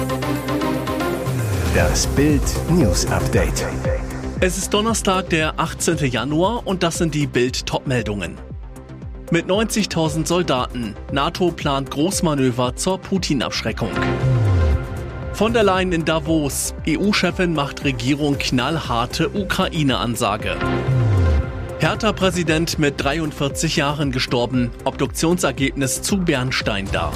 Das Bild News Update. Es ist Donnerstag, der 18. Januar und das sind die Bild-Top-Meldungen. Mit 90.000 Soldaten. NATO plant Großmanöver zur Putin-Abschreckung. Von der Leyen in Davos. EU-Chefin macht Regierung knallharte Ukraine-Ansage. Hertha-Präsident mit 43 Jahren gestorben. Obduktionsergebnis zu Bernstein da.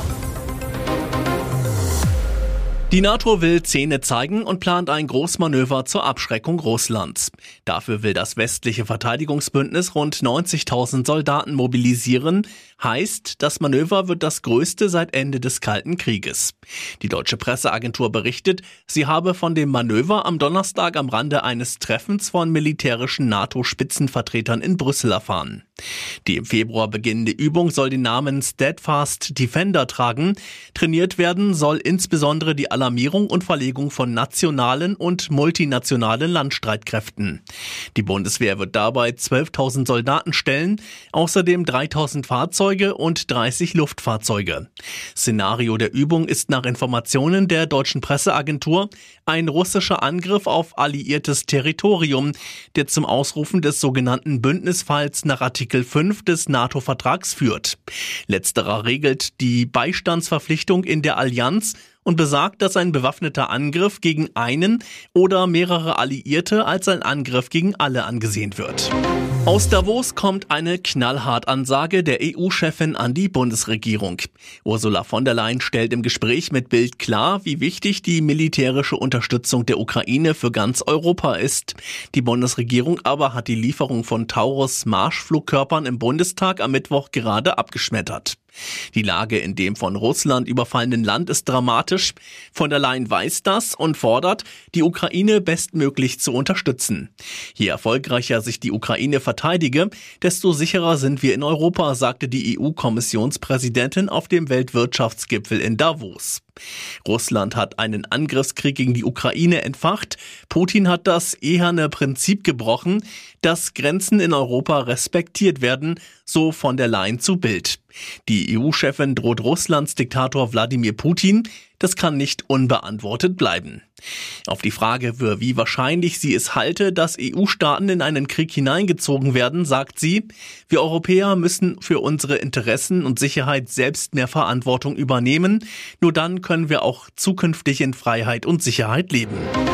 Die NATO will Zähne zeigen und plant ein Großmanöver zur Abschreckung Russlands. Dafür will das westliche Verteidigungsbündnis rund 90.000 Soldaten mobilisieren. Heißt, das Manöver wird das größte seit Ende des Kalten Krieges. Die deutsche Presseagentur berichtet, sie habe von dem Manöver am Donnerstag am Rande eines Treffens von militärischen NATO-Spitzenvertretern in Brüssel erfahren. Die im Februar beginnende Übung soll den Namen Steadfast Defender tragen. Trainiert werden soll insbesondere die Alarmierung und Verlegung von nationalen und multinationalen Landstreitkräften. Die Bundeswehr wird dabei 12.000 Soldaten stellen, außerdem 3.000 Fahrzeuge und 30 Luftfahrzeuge. Szenario der Übung ist nach Informationen der deutschen Presseagentur ein russischer Angriff auf alliiertes Territorium, der zum Ausrufen des sogenannten Bündnisfalls nach Artikel 5 des NATO-Vertrags führt. Letzterer regelt die Beistandsverpflichtung in der Allianz und besagt, dass ein bewaffneter Angriff gegen einen oder mehrere Alliierte als ein Angriff gegen alle angesehen wird. Aus Davos kommt eine Knallhart-Ansage der EU-Chefin an die Bundesregierung. Ursula von der Leyen stellt im Gespräch mit Bild klar, wie wichtig die militärische Unterstützung der Ukraine für ganz Europa ist. Die Bundesregierung aber hat die Lieferung von Taurus-Marschflugkörpern im Bundestag am Mittwoch gerade abgeschmettert. Die Lage in dem von Russland überfallenen Land ist dramatisch. Von der Leyen weiß das und fordert, die Ukraine bestmöglich zu unterstützen. Je erfolgreicher sich die Ukraine verteidige, desto sicherer sind wir in Europa, sagte die EU-Kommissionspräsidentin auf dem Weltwirtschaftsgipfel in Davos. Russland hat einen Angriffskrieg gegen die Ukraine entfacht. Putin hat das eherne Prinzip gebrochen, dass Grenzen in Europa respektiert werden, so von der Leyen zu Bild. Die EU-Chefin droht Russlands Diktator Wladimir Putin. Das kann nicht unbeantwortet bleiben. Auf die Frage, für wie wahrscheinlich sie es halte, dass EU-Staaten in einen Krieg hineingezogen werden, sagt sie, wir Europäer müssen für unsere Interessen und Sicherheit selbst mehr Verantwortung übernehmen. Nur dann können wir auch zukünftig in Freiheit und Sicherheit leben.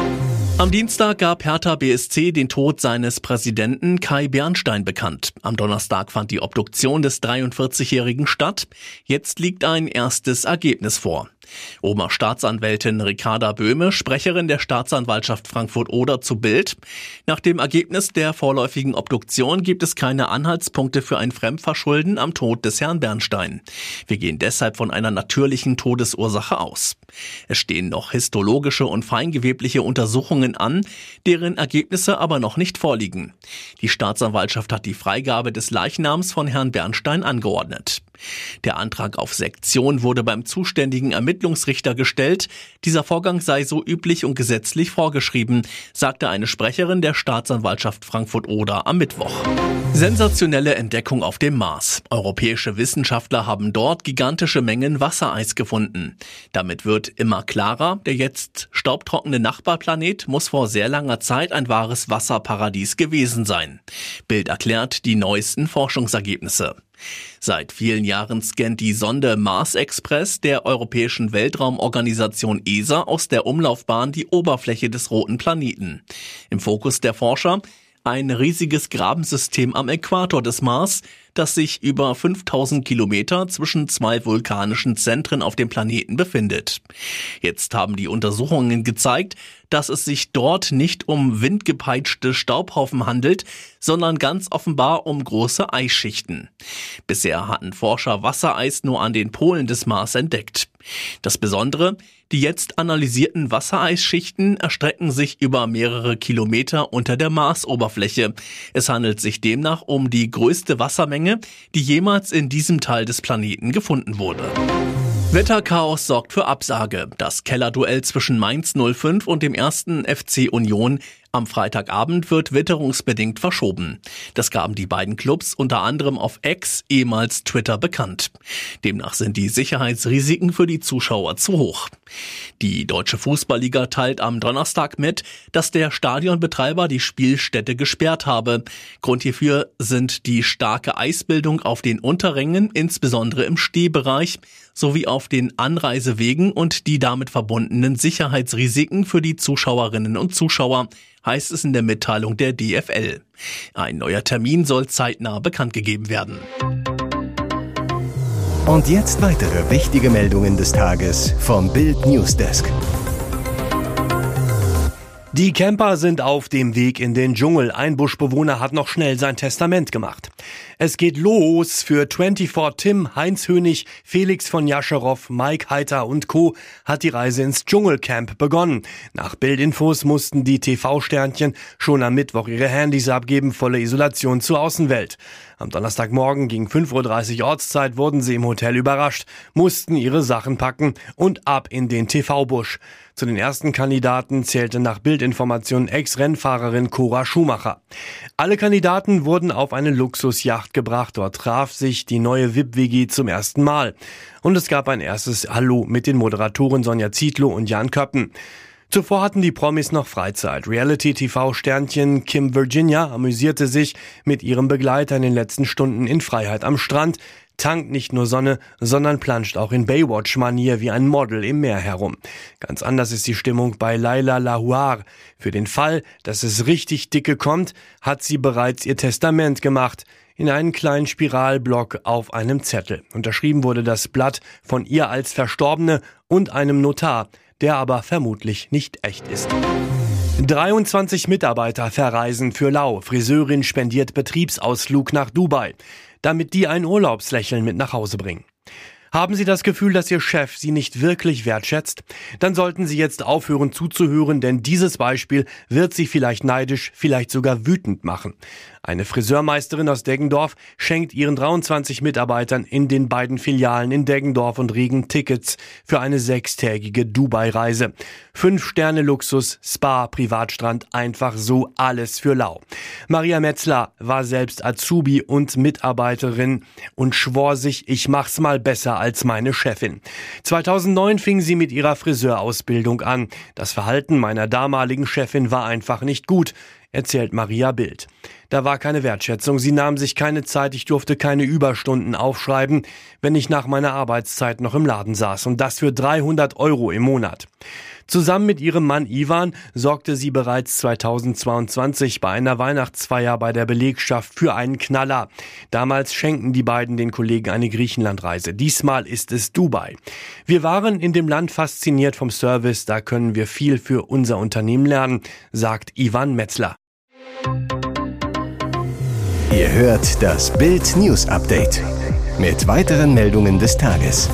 Am Dienstag gab Hertha BSC den Tod seines Präsidenten Kai Bernstein bekannt. Am Donnerstag fand die Obduktion des 43-Jährigen statt. Jetzt liegt ein erstes Ergebnis vor. Oberstaatsanwältin Ricarda Böhme, Sprecherin der Staatsanwaltschaft Frankfurt-Oder zu Bild. Nach dem Ergebnis der vorläufigen Obduktion gibt es keine Anhaltspunkte für ein Fremdverschulden am Tod des Herrn Bernstein. Wir gehen deshalb von einer natürlichen Todesursache aus. Es stehen noch histologische und feingewebliche Untersuchungen an, deren Ergebnisse aber noch nicht vorliegen. Die Staatsanwaltschaft hat die Freigabe des Leichnams von Herrn Bernstein angeordnet. Der Antrag auf Sektion wurde beim zuständigen Ermittlungsrichter gestellt. Dieser Vorgang sei so üblich und gesetzlich vorgeschrieben, sagte eine Sprecherin der Staatsanwaltschaft Frankfurt-Oder am Mittwoch. Sensationelle Entdeckung auf dem Mars. Europäische Wissenschaftler haben dort gigantische Mengen Wassereis gefunden. Damit wird immer klarer, der jetzt staubtrockene Nachbarplanet muss vor sehr langer Zeit ein wahres Wasserparadies gewesen sein. Bild erklärt die neuesten Forschungsergebnisse. Seit vielen Jahren scannt die Sonde Mars Express der Europäischen Weltraumorganisation ESA aus der Umlaufbahn die Oberfläche des roten Planeten. Im Fokus der Forscher ein riesiges Grabensystem am Äquator des Mars, das sich über 5000 Kilometer zwischen zwei vulkanischen Zentren auf dem Planeten befindet. Jetzt haben die Untersuchungen gezeigt, dass es sich dort nicht um windgepeitschte Staubhaufen handelt, sondern ganz offenbar um große Eisschichten. Bisher hatten Forscher Wassereis nur an den Polen des Mars entdeckt. Das Besondere, die jetzt analysierten Wassereisschichten erstrecken sich über mehrere Kilometer unter der Marsoberfläche. Es handelt sich demnach um die größte Wassermenge, die jemals in diesem Teil des Planeten gefunden wurde. Wetterchaos sorgt für Absage. Das Kellerduell zwischen Mainz 05 und dem 1. FC Union am Freitagabend wird witterungsbedingt verschoben. Das gaben die beiden Clubs unter anderem auf X, ehemals Twitter, bekannt. Demnach sind die Sicherheitsrisiken für die Zuschauer zu hoch. Die Deutsche Fußballliga teilt am Donnerstag mit, dass der Stadionbetreiber die Spielstätte gesperrt habe. Grund hierfür sind die starke Eisbildung auf den Unterrängen, insbesondere im Stehbereich, sowie auf den Anreisewegen und die damit verbundenen Sicherheitsrisiken für die Zuschauerinnen und Zuschauer, heißt es in der Mitteilung der DFL. Ein neuer Termin soll zeitnah bekannt gegeben werden. Und jetzt weitere wichtige Meldungen des Tages vom Bild Newsdesk. Die Camper sind auf dem Weg in den Dschungel. Ein Buschbewohner hat noch schnell sein Testament gemacht. Es geht los für 24 Tim, Heinz Hönig, Felix von Jascherow, Mike Heiter und Co. hat die Reise ins Dschungelcamp begonnen. Nach Bildinfos mussten die TV-Sternchen schon am Mittwoch ihre Handys abgeben, volle Isolation zur Außenwelt. Am Donnerstagmorgen gegen 5:30 Uhr Ortszeit wurden sie im Hotel überrascht, mussten ihre Sachen packen und ab in den TV-Busch. Zu den ersten Kandidaten zählte nach Bildinformationen Ex-Rennfahrerin Cora Schumacher. Alle Kandidaten wurden auf eine Luxusjacht gebracht. Dort traf sich die neue VIP-WG zum ersten Mal. Und es gab ein erstes Hallo mit den Moderatoren Sonja Zietlow und Jan Köppen. Zuvor hatten die Promis noch Freizeit. Reality-TV-Sternchen Kim Virginia amüsierte sich mit ihrem Begleiter in den letzten Stunden in Freiheit am Strand, tankt nicht nur Sonne, sondern planscht auch in Baywatch-Manier wie ein Model im Meer herum. Ganz anders ist die Stimmung bei Laila Lahuar. Für den Fall, dass es richtig dicke kommt, hat sie bereits ihr Testament gemacht. In einen kleinen Spiralblock auf einem Zettel. Unterschrieben wurde das Blatt von ihr als Verstorbene und einem Notar, der aber vermutlich nicht echt ist. 23 Mitarbeiter verreisen für lau. Friseurin spendiert Betriebsausflug nach Dubai, damit die ein Urlaubslächeln mit nach Hause bringen. Haben Sie das Gefühl, dass Ihr Chef Sie nicht wirklich wertschätzt? Dann sollten Sie jetzt aufhören zuzuhören, denn dieses Beispiel wird Sie vielleicht neidisch, vielleicht sogar wütend machen. Eine Friseurmeisterin aus Deggendorf schenkt ihren 23 Mitarbeitern in den beiden Filialen in Deggendorf und Regen Tickets für eine 6-tägige Dubai-Reise. 5-Sterne-Luxus, Spa, Privatstrand, einfach so alles für lau. Maria Metzler war selbst Azubi und Mitarbeiterin und schwor sich, ich mach's mal besser als meine Chefin. 2009 fing sie mit ihrer Friseurausbildung an. Das Verhalten meiner damaligen Chefin war einfach nicht gut, erzählt Maria Bild. Da war keine Wertschätzung, sie nahm sich keine Zeit, ich durfte keine Überstunden aufschreiben, wenn ich nach meiner Arbeitszeit noch im Laden saß und das für 300 € im Monat. Zusammen mit ihrem Mann Ivan sorgte sie bereits 2022 bei einer Weihnachtsfeier bei der Belegschaft für einen Knaller. Damals schenkten die beiden den Kollegen eine Griechenlandreise. Diesmal ist es Dubai. Wir waren in dem Land fasziniert vom Service, da können wir viel für unser Unternehmen lernen, sagt Ivan Metzler. Ihr hört das Bild News Update mit weiteren Meldungen des Tages.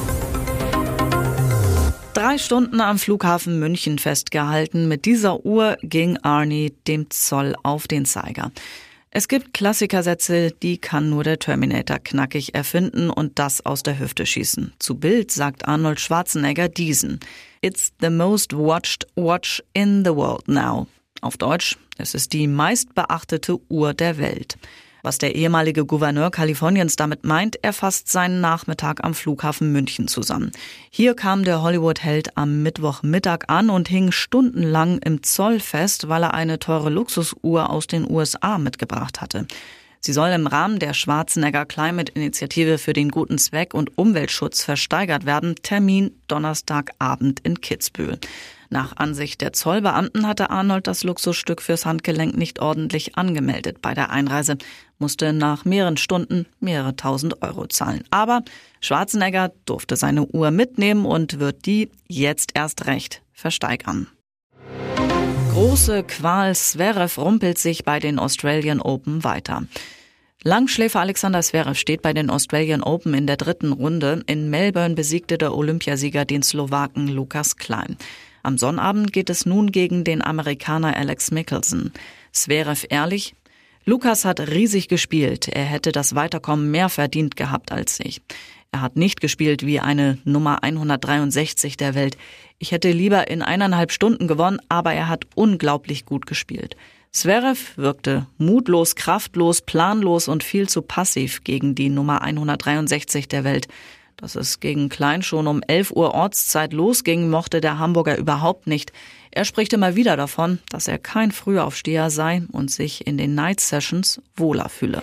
3 Stunden am Flughafen München festgehalten. Mit dieser Uhr ging Arnie dem Zoll auf den Zeiger. Es gibt Klassikersätze, die kann nur der Terminator knackig erfinden und das aus der Hüfte schießen. Zu Bild sagt Arnold Schwarzenegger diesen: It's the most watched watch in the world now. Auf Deutsch, es ist die meistbeachtete Uhr der Welt. Was der ehemalige Gouverneur Kaliforniens damit meint, er fasst seinen Nachmittag am Flughafen München zusammen. Hier kam der Hollywood-Held am Mittwochmittag an und hing stundenlang im Zoll fest, weil er eine teure Luxusuhr aus den USA mitgebracht hatte. Sie soll im Rahmen der Schwarzenegger Climate-Initiative für den guten Zweck und Umweltschutz versteigert werden. Termin Donnerstagabend in Kitzbühel. Nach Ansicht der Zollbeamten hatte Arnold das Luxusstück fürs Handgelenk nicht ordentlich angemeldet. Bei der Einreise musste nach mehreren Stunden mehrere tausend Euro zahlen. Aber Schwarzenegger durfte seine Uhr mitnehmen und wird die jetzt erst recht versteigern. Große Qual, Zverev rumpelt sich bei den Australian Open weiter. Langschläfer Alexander Zverev steht bei den Australian Open in der 3. Runde. In Melbourne besiegte der Olympiasieger den Slowaken Lukas Klein. Am Sonnabend geht es nun gegen den Amerikaner Alex Michelsen. Zverev ehrlich: Lukas hat riesig gespielt. Er hätte das Weiterkommen mehr verdient gehabt als ich. Er hat nicht gespielt wie eine Nummer 163 der Welt. Ich hätte lieber in 1,5 Stunden gewonnen, aber er hat unglaublich gut gespielt. Zverev wirkte mutlos, kraftlos, planlos und viel zu passiv gegen die Nummer 163 der Welt. Dass es gegen Klein schon um 11 Uhr Ortszeit losging, mochte der Hamburger überhaupt nicht. Er spricht immer wieder davon, dass er kein Frühaufsteher sei und sich in den Night Sessions wohler fühle.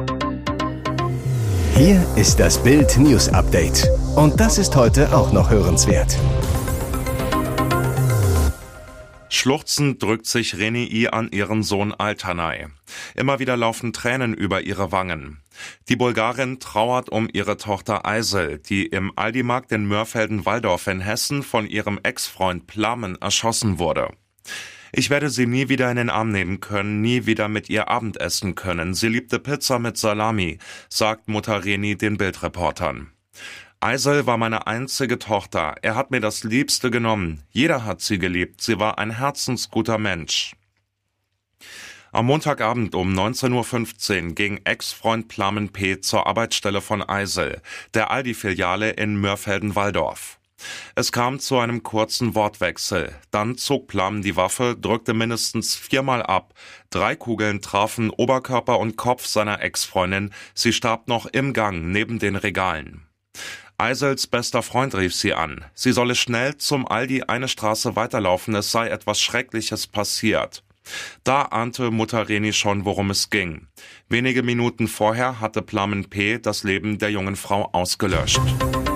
Hier ist das Bild News Update. Und das ist heute auch noch hörenswert. Schluchzend drückt sich Renii an ihren Sohn Altanay. Immer wieder laufen Tränen über ihre Wangen. Die Bulgarin trauert um ihre Tochter Aysel, die im Aldi-Markt in Mörfelden-Walldorf in Hessen von ihrem Ex-Freund Plamen erschossen wurde. Ich werde sie nie wieder in den Arm nehmen können, nie wieder mit ihr Abendessen können. Sie liebte Pizza mit Salami, sagt Mutter Reni den Bildreportern. Aysel war meine einzige Tochter. Er hat mir das Liebste genommen. Jeder hat sie geliebt. Sie war ein herzensguter Mensch. Am Montagabend um 19.15 Uhr ging Ex-Freund Plamen P. zur Arbeitsstelle von Aysel, der Aldi-Filiale in Mörfelden-Walldorf. Es kam zu einem kurzen Wortwechsel. Dann zog Plamen die Waffe, drückte mindestens 4-mal ab. 3 Kugeln trafen Oberkörper und Kopf seiner Ex-Freundin. Sie starb noch im Gang neben den Regalen. Aysels bester Freund rief sie an. Sie solle schnell zum Aldi eine Straße weiterlaufen, es sei etwas Schreckliches passiert. Da ahnte Mutter Reni schon, worum es ging. Wenige Minuten vorher hatte Plamen P. das Leben der jungen Frau ausgelöscht.